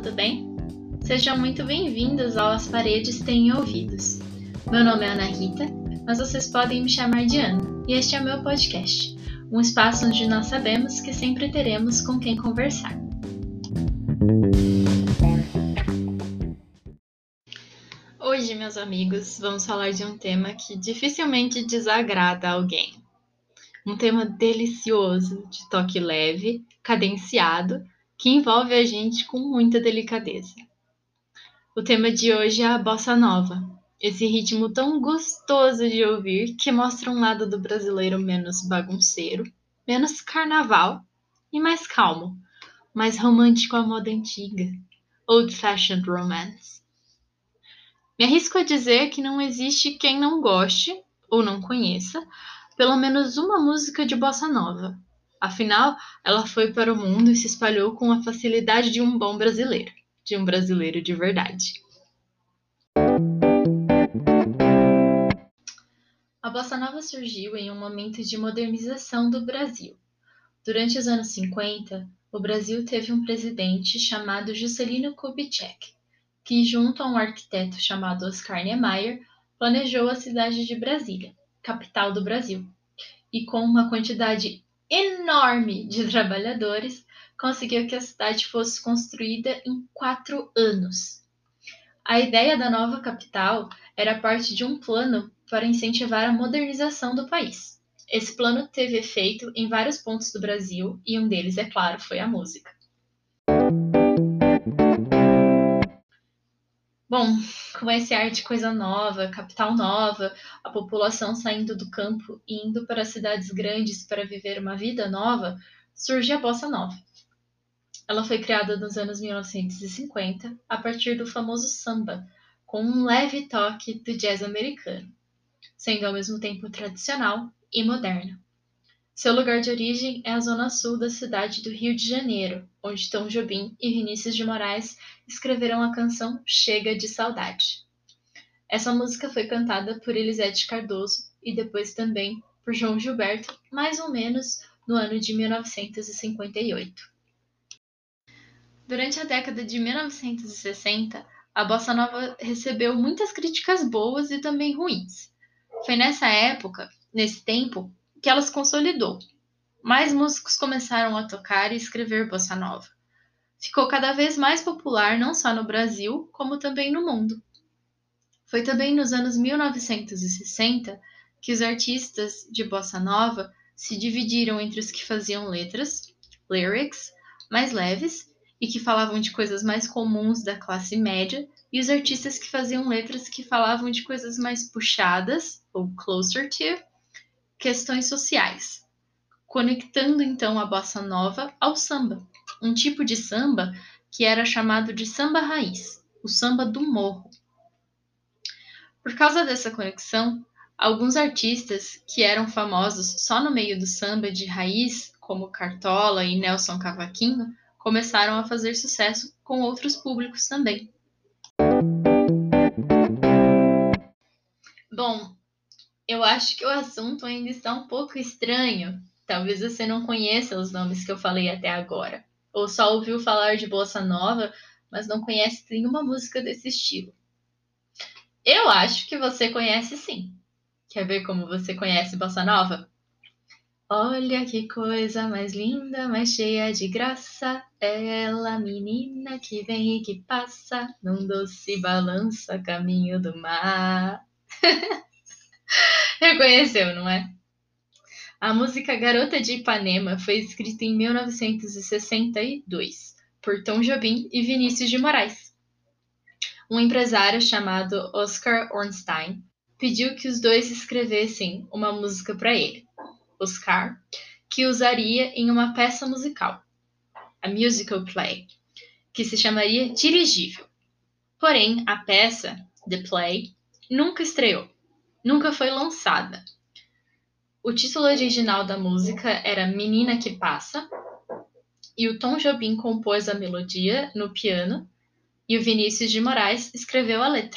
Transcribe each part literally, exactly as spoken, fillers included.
tudo bem? Sejam muito bem-vindos ao As Paredes Têm Ouvidos. Meu nome é Ana Rita, mas vocês podem me chamar de Ana, e este é o meu podcast, um espaço onde nós sabemos que sempre teremos com quem conversar. Hoje, meus amigos, vamos falar de um tema que dificilmente desagrada alguém. Um tema delicioso, de toque leve, cadenciado, que envolve a gente com muita delicadeza. O tema de hoje é a bossa nova, esse ritmo tão gostoso de ouvir que mostra um lado do brasileiro menos bagunceiro, menos carnaval e mais calmo, mais romântico à moda antiga, old-fashioned romance. Me arrisco a dizer que não existe quem não goste ou não conheça pelo menos uma música de bossa nova. Afinal, ela foi para o mundo e se espalhou com a facilidade de um bom brasileiro, de um brasileiro de verdade. A bossa nova surgiu em um momento de modernização do Brasil. Durante os anos cinquenta, o Brasil teve um presidente chamado Juscelino Kubitschek, que, junto a um arquiteto chamado Oscar Niemeyer, planejou a cidade de Brasília, capital do Brasil, e com uma quantidade enorme de trabalhadores, conseguiu que a cidade fosse construída em quatro anos. A ideia da nova capital era parte de um plano para incentivar a modernização do país. Esse plano teve efeito em vários pontos do Brasil, e um deles, é claro, foi a música. Bom, com esse ar de coisa nova, capital nova, a população saindo do campo e indo para cidades grandes para viver uma vida nova, surge a bossa nova. Ela foi criada nos anos mil novecentos e cinquenta, a partir do famoso samba, com um leve toque do jazz americano, sendo ao mesmo tempo tradicional e moderna. Seu lugar de origem é a zona sul da cidade do Rio de Janeiro, onde Tom Jobim e Vinícius de Moraes escreveram a canção Chega de Saudade. Essa música foi cantada por Elisete Cardoso e depois também por João Gilberto, mais ou menos no ano de mil novecentos e cinquenta e oito. Durante a década de mil novecentos e sessenta, a bossa nova recebeu muitas críticas boas e também ruins. Foi nessa época, nesse tempo, que ela se consolidou. Mais músicos começaram a tocar e escrever bossa nova. Ficou cada vez mais popular não só no Brasil, como também no mundo. Foi também nos anos mil novecentos e sessenta que os artistas de bossa nova se dividiram entre os que faziam letras, lyrics, mais leves e que falavam de coisas mais comuns da classe média, e os artistas que faziam letras que falavam de coisas mais puxadas, ou closer to, questões sociais, conectando então a bossa nova ao samba, um tipo de samba que era chamado de samba raiz, o samba do morro. Por causa dessa conexão, alguns artistas que eram famosos só no meio do samba de raiz, como Cartola e Nelson Cavaquinho, começaram a fazer sucesso com outros públicos também. Bom, eu acho que o assunto ainda está um pouco estranho. Talvez você não conheça os nomes que eu falei até agora, ou só ouviu falar de bossa nova, mas não conhece nenhuma música desse estilo. Eu acho que você conhece sim. Quer ver como você conhece bossa nova? Olha que coisa mais linda, mais cheia de graça, ela, menina que vem e que passa, num doce balança, caminho do mar. Reconheceu, não é? A música Garota de Ipanema foi escrita em mil novecentos e sessenta e dois por Tom Jobim e Vinícius de Moraes. Um empresário chamado Oscar Ornstein pediu que os dois escrevessem uma música para ele, Oscar, que usaria em uma peça musical, a musical play, que se chamaria Dirigível. Porém, a peça, The Play, nunca estreou, nunca foi lançada. O título original da música era Menina que Passa, e o Tom Jobim compôs a melodia no piano e o Vinícius de Moraes escreveu a letra.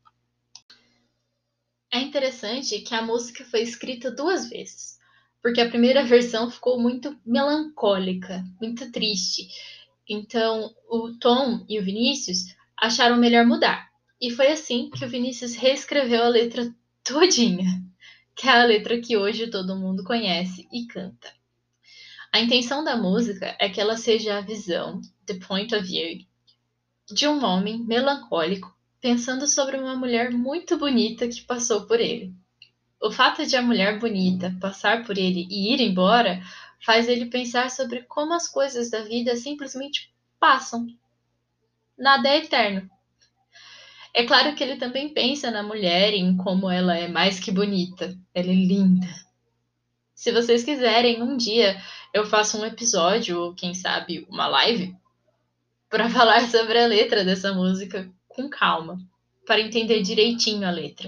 É interessante que a música foi escrita duas vezes, porque a primeira versão ficou muito melancólica, muito triste, Então, o Tom e o Vinícius acharam melhor mudar. E foi assim que o Vinícius reescreveu a letra todinha, que é a letra que hoje todo mundo conhece e canta. A intenção da música é que ela seja a visão, the point of view, de um homem melancólico pensando sobre uma mulher muito bonita que passou por ele. O fato de a mulher bonita passar por ele e ir embora faz ele pensar sobre como as coisas da vida simplesmente passam. Nada é eterno. É claro que ele também pensa na mulher e em como ela é mais que bonita. Ela é linda. Se vocês quiserem, um dia eu faço um episódio, ou quem sabe uma live, para falar sobre a letra dessa música com calma, para entender direitinho a letra.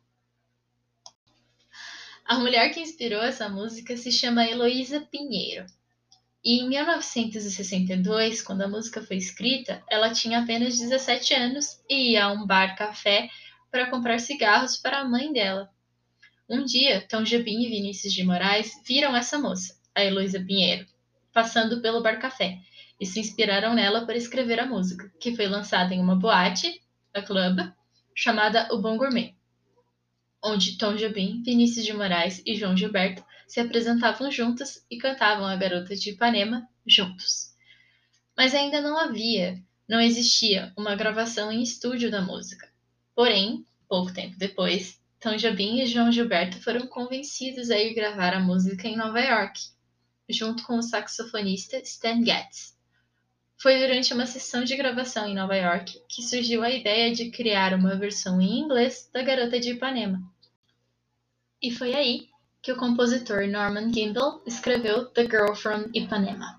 A mulher que inspirou essa música se chama Heloísa Pinheiro. E em mil novecentos e sessenta e dois, quando a música foi escrita, ela tinha apenas dezessete anos e ia a um bar-café para comprar cigarros para a mãe dela. Um dia, Tom Jobim e Vinícius de Moraes viram essa moça, a Heloísa Pinheiro, passando pelo bar-café e se inspiraram nela para escrever a música, que foi lançada em uma boate, a club, chamada O Bom Gourmet, onde Tom Jobim, Vinícius de Moraes e João Gilberto se apresentavam juntos e cantavam A Garota de Ipanema juntos. Mas ainda não havia, não existia uma gravação em estúdio da música. Porém, pouco tempo depois, Tom Jobim e João Gilberto foram convencidos a ir gravar a música em Nova York, junto com o saxofonista Stan Getz. Foi durante uma sessão de gravação em Nova York que surgiu a ideia de criar uma versão em inglês da Garota de Ipanema. E foi aí que o compositor Norman Gimbel escreveu The Girl from Ipanema.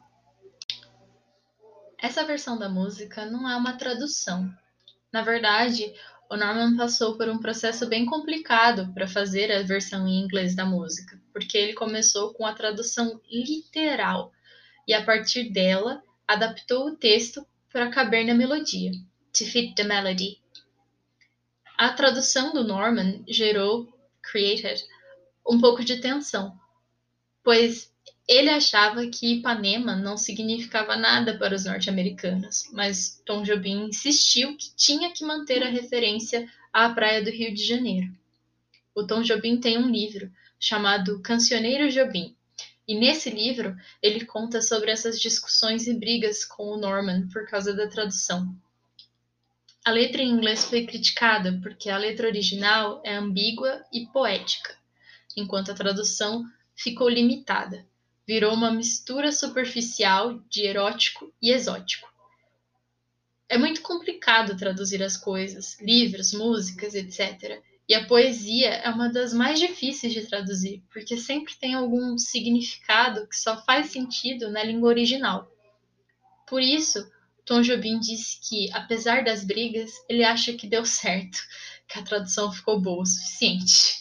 Essa versão da música não é uma tradução. Na verdade, o Norman passou por um processo bem complicado para fazer a versão em inglês da música, porque ele começou com a tradução literal e, a partir dela, adaptou o texto para caber na melodia, to fit the melody. A tradução do Norman gerou, created, um pouco de tensão, pois ele achava que Ipanema não significava nada para os norte-americanos, mas Tom Jobim insistiu que tinha que manter a referência à praia do Rio de Janeiro. O Tom Jobim tem um livro chamado Cancioneiro Jobim, e nesse livro ele conta sobre essas discussões e brigas com o Norman por causa da tradução. A letra em inglês foi criticada porque a letra original é ambígua e poética, enquanto a tradução ficou limitada. Virou uma mistura superficial de erótico e exótico. É muito complicado traduzir as coisas, livros, músicas, etcétera. E a poesia é uma das mais difíceis de traduzir, porque sempre tem algum significado que só faz sentido na língua original. Por isso, Tom Jobim disse que, apesar das brigas, ele acha que deu certo, que a tradução ficou boa o suficiente.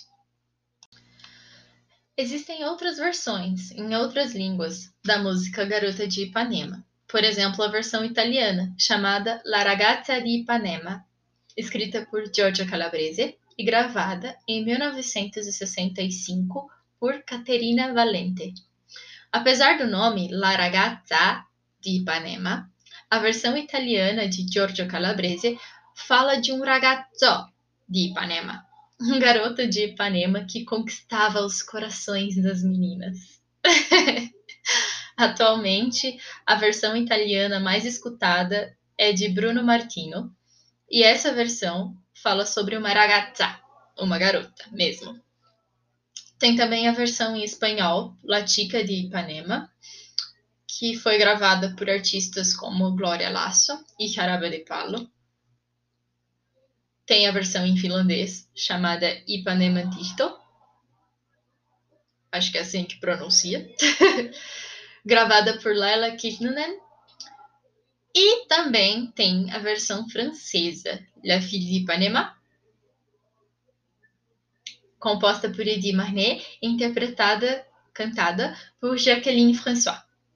Existem outras versões, em outras línguas, da música Garota de Ipanema. Por exemplo, a versão italiana, chamada La Ragazza di Ipanema, escrita por Giorgio Calabrese e gravada em mil novecentos e sessenta e cinco por Caterina Valente. Apesar do nome La Ragazza di Ipanema, a versão italiana de Giorgio Calabrese fala de um ragazzo di Ipanema, um garoto de Ipanema que conquistava os corações das meninas. Atualmente, a versão italiana mais escutada é de Bruno Martino, e essa versão fala sobre uma ragazza, uma garota mesmo. Tem também a versão em espanhol, La Chica de Ipanema, que foi gravada por artistas como Gloria Lasso e Jarabe de Palo. Tem a versão em finlandês, chamada Ipanema Dihto. Acho que é assim que pronuncia. Gravada por Laila Kinnunen. E também tem a versão francesa, La Fille d'Ipanema, composta por Eddie Marnet e interpretada, cantada por Jacqueline François.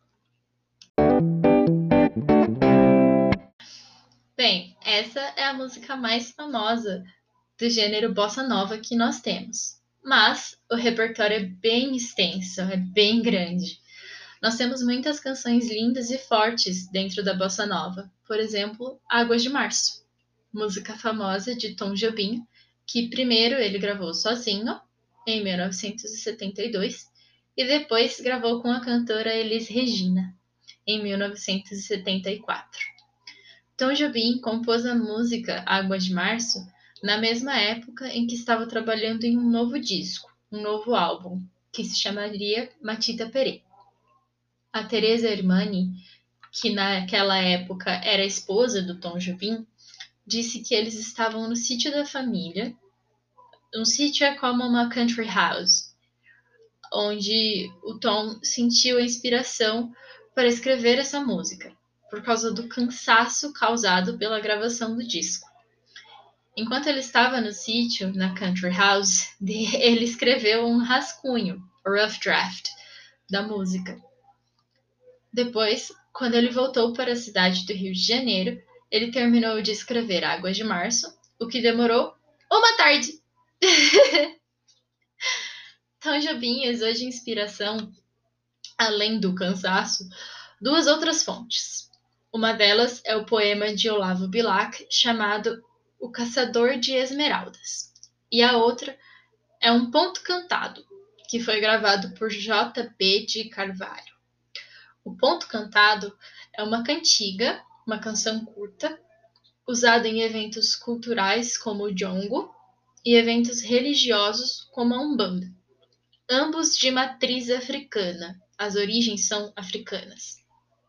Bem, essa é a música mais famosa do gênero bossa nova que nós temos. Mas o repertório é bem extenso, é bem grande. Nós temos muitas canções lindas e fortes dentro da bossa nova. Por exemplo, Águas de Março, música famosa de Tom Jobim, que primeiro ele gravou sozinho, em mil novecentos e setenta e dois, e depois gravou com a cantora Elis Regina, em mil novecentos e setenta e quatro. Tom Jobim compôs a música Águas de Março na mesma época em que estava trabalhando em um novo disco, um novo álbum, que se chamaria Matita Perê. A Teresa Armani, que naquela época era esposa do Tom Jobim, disse que eles estavam no sítio da família. Um sítio é como uma country house, onde o Tom sentiu a inspiração para escrever essa música, por causa do cansaço causado pela gravação do disco. Enquanto ele estava no sítio, na country house, ele escreveu um rascunho, rough draft, da música. Depois, quando ele voltou para a cidade do Rio de Janeiro, ele terminou de escrever Águas de Março, o que demorou uma tarde. Tom Jobim usou de inspiração, além do cansaço, duas outras fontes. Uma delas é o poema de Olavo Bilac, chamado O Caçador de Esmeraldas. E a outra é um ponto cantado, que foi gravado por J P de Carvalho. O ponto cantado é uma cantiga, uma canção curta, usada em eventos culturais como o jongo e eventos religiosos como a Umbanda, ambos de matriz africana. As origens são africanas.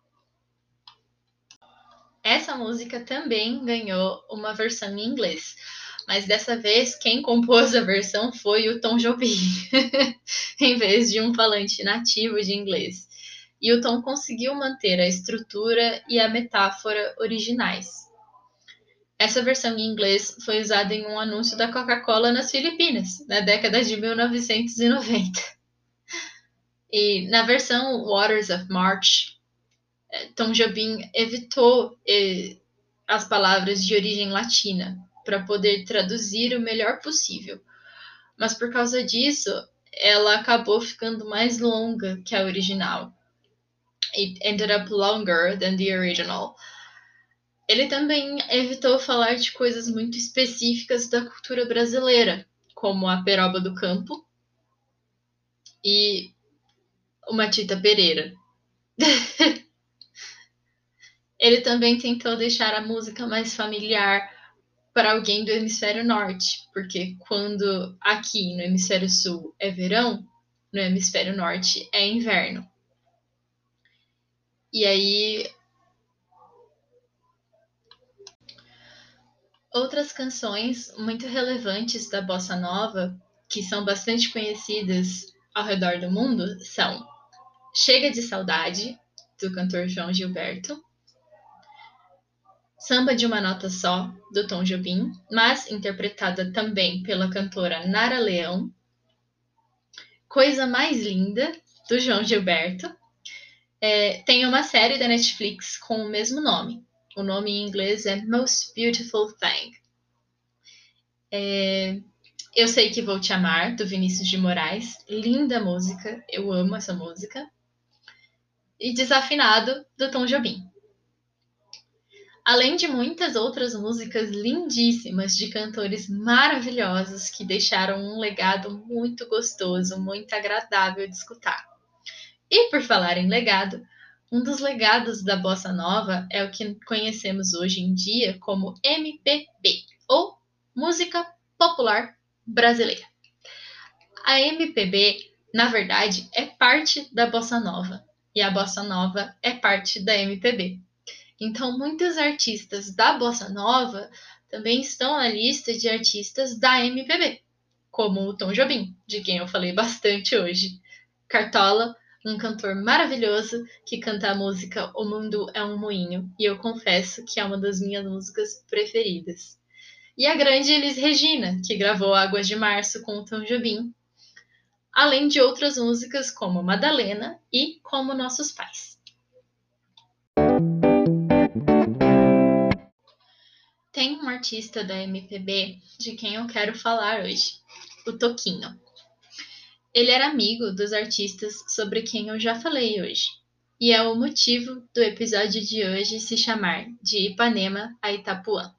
Essa música também ganhou uma versão em inglês, mas dessa vez quem compôs a versão foi o Tom Jobim, em vez de um falante nativo de inglês. E o Tom conseguiu manter a estrutura e a metáfora originais. Essa versão em inglês foi usada em um anúncio da Coca-Cola nas Filipinas, na década de mil novecentos e noventa. E na versão Waters of March, Tom Jobim evitou eh, as palavras de origem latina para poder traduzir o melhor possível. Mas por causa disso, ela acabou ficando mais longa que a original. It ended up longer than the original. Ele também evitou falar de coisas muito específicas da cultura brasileira, como a peroba do campo e o Matita Pereira. Ele também tentou deixar a música mais familiar para alguém do hemisfério norte, porque quando aqui no hemisfério sul é verão, no hemisfério norte é inverno. E aí, outras canções muito relevantes da bossa nova, que são bastante conhecidas ao redor do mundo, são Chega de Saudade, do cantor João Gilberto, Samba de uma Nota Só, do Tom Jobim, mas interpretada também pela cantora Nara Leão, Coisa Mais Linda, do João Gilberto. É, tem uma série da Netflix com o mesmo nome. O nome em inglês é Most Beautiful Thing. É, Eu Sei Que Vou Te Amar, do Vinícius de Moraes. Linda música, eu amo essa música. E Desafinado, do Tom Jobim. Além de muitas outras músicas lindíssimas de cantores maravilhosos que deixaram um legado muito gostoso, muito agradável de escutar. E por falar em legado, um dos legados da bossa nova é o que conhecemos hoje em dia como M P B, ou Música Popular Brasileira. A M P B, na verdade, é parte da bossa nova, e a bossa nova é parte da M P B. Então, muitos artistas da bossa nova também estão na lista de artistas da M P B, como o Tom Jobim, de quem eu falei bastante hoje. Cartola, um cantor maravilhoso que canta a música O Mundo é um Moinho, e eu confesso que é uma das minhas músicas preferidas. E a grande Elis Regina, que gravou Águas de Março com o Tom Jobim, além de outras músicas como Madalena e Como Nossos Pais. Tem um artista da M P B de quem eu quero falar hoje, o Toquinho. Ele era amigo dos artistas sobre quem eu já falei hoje, e é o motivo do episódio de hoje se chamar De Ipanema a Itapuã.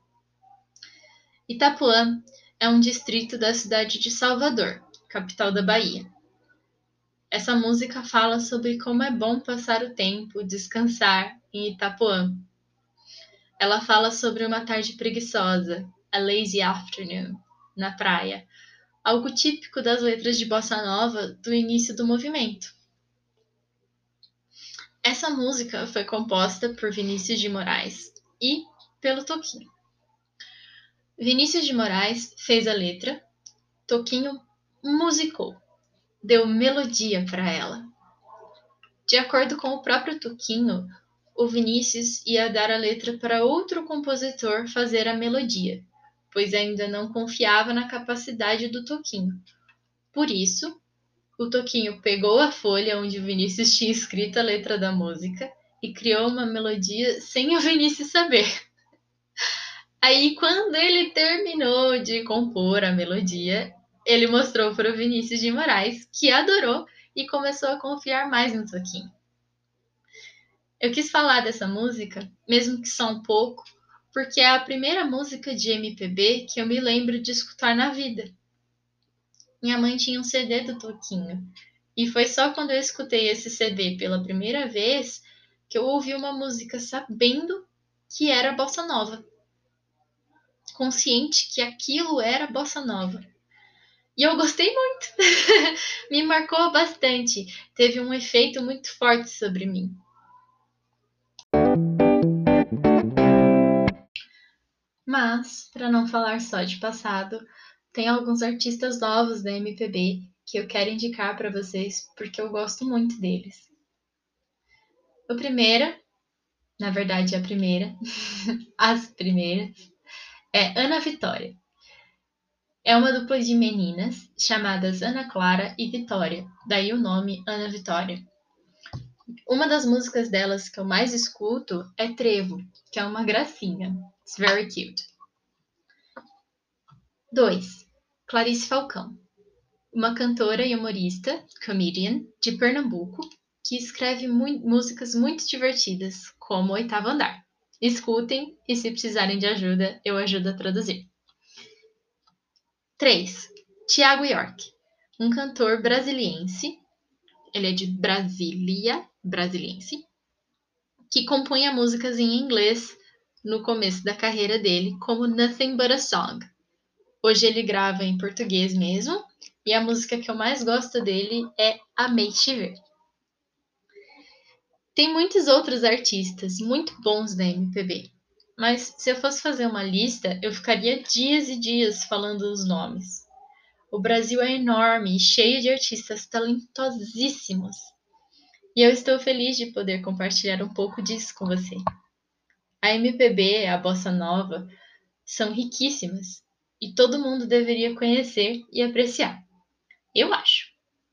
Itapuã é um distrito da cidade de Salvador, capital da Bahia. Essa música fala sobre como é bom passar o tempo, descansar em Itapuã. Ela fala sobre uma tarde preguiçosa, a lazy afternoon, na praia, algo típico das letras de bossa nova do início do movimento. Essa música foi composta por Vinícius de Moraes e pelo Toquinho. Vinícius de Moraes fez a letra, Toquinho musicou, deu melodia para ela. De acordo com o próprio Toquinho, o Vinícius ia dar a letra para outro compositor fazer a melodia, pois ainda não confiava na capacidade do Toquinho. Por isso, o Toquinho pegou a folha onde o Vinícius tinha escrito a letra da música e criou uma melodia sem o Vinícius saber. Aí, quando ele terminou de compor a melodia, ele mostrou para o Vinícius de Moraes, que adorou e começou a confiar mais no Toquinho. Eu quis falar dessa música, mesmo que só um pouco, porque é a primeira música de M P B que eu me lembro de escutar na vida. Minha mãe tinha um C D do Toquinho, e foi só quando eu escutei esse C D pela primeira vez que eu ouvi uma música sabendo que era bossa nova. Consciente que aquilo era bossa nova. E eu gostei muito. Me marcou bastante. Teve um efeito muito forte sobre mim. Mas, para não falar só de passado, tem alguns artistas novos da M P B que eu quero indicar para vocês porque eu gosto muito deles. O primeiro, na verdade a primeira, as primeiras, é Ana Vitória. É uma dupla de meninas chamadas Ana Clara e Vitória, daí o nome Ana Vitória. Uma das músicas delas que eu mais escuto é Trevo, que é uma gracinha. It's very cute. dois. Clarice Falcão. Uma cantora e humorista, comedian, de Pernambuco, que escreve mu- músicas muito divertidas, como Oitavo Andar. Escutem e se precisarem de ajuda, eu ajudo a traduzir. três. Thiago York. Um cantor brasiliense, ele é de Brasília, brasiliense, que compunha músicas em inglês no começo da carreira dele, como Nothing But a Song. Hoje ele grava em português mesmo, e a música que eu mais gosto dele é Amei Te Ver. Tem muitos outros artistas muito bons da M P B, mas se eu fosse fazer uma lista, eu ficaria dias e dias falando os nomes. O Brasil é enorme e cheio de artistas talentosíssimos. E eu estou feliz de poder compartilhar um pouco disso com você. A M P B, a bossa nova, são riquíssimas e todo mundo deveria conhecer e apreciar. Eu acho.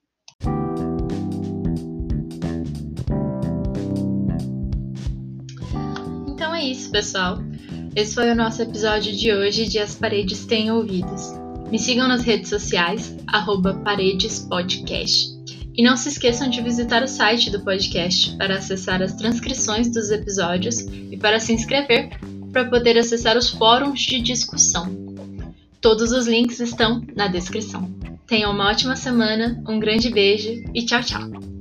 Então é isso, pessoal. Esse foi o nosso episódio de hoje de As Paredes Têm Ouvidos. Me sigam nas redes sociais, arroba paredespodcast. E não se esqueçam de visitar o site do podcast para acessar as transcrições dos episódios e para se inscrever para poder acessar os fóruns de discussão. Todos os links estão na descrição. Tenham uma ótima semana, um grande beijo e tchau, tchau!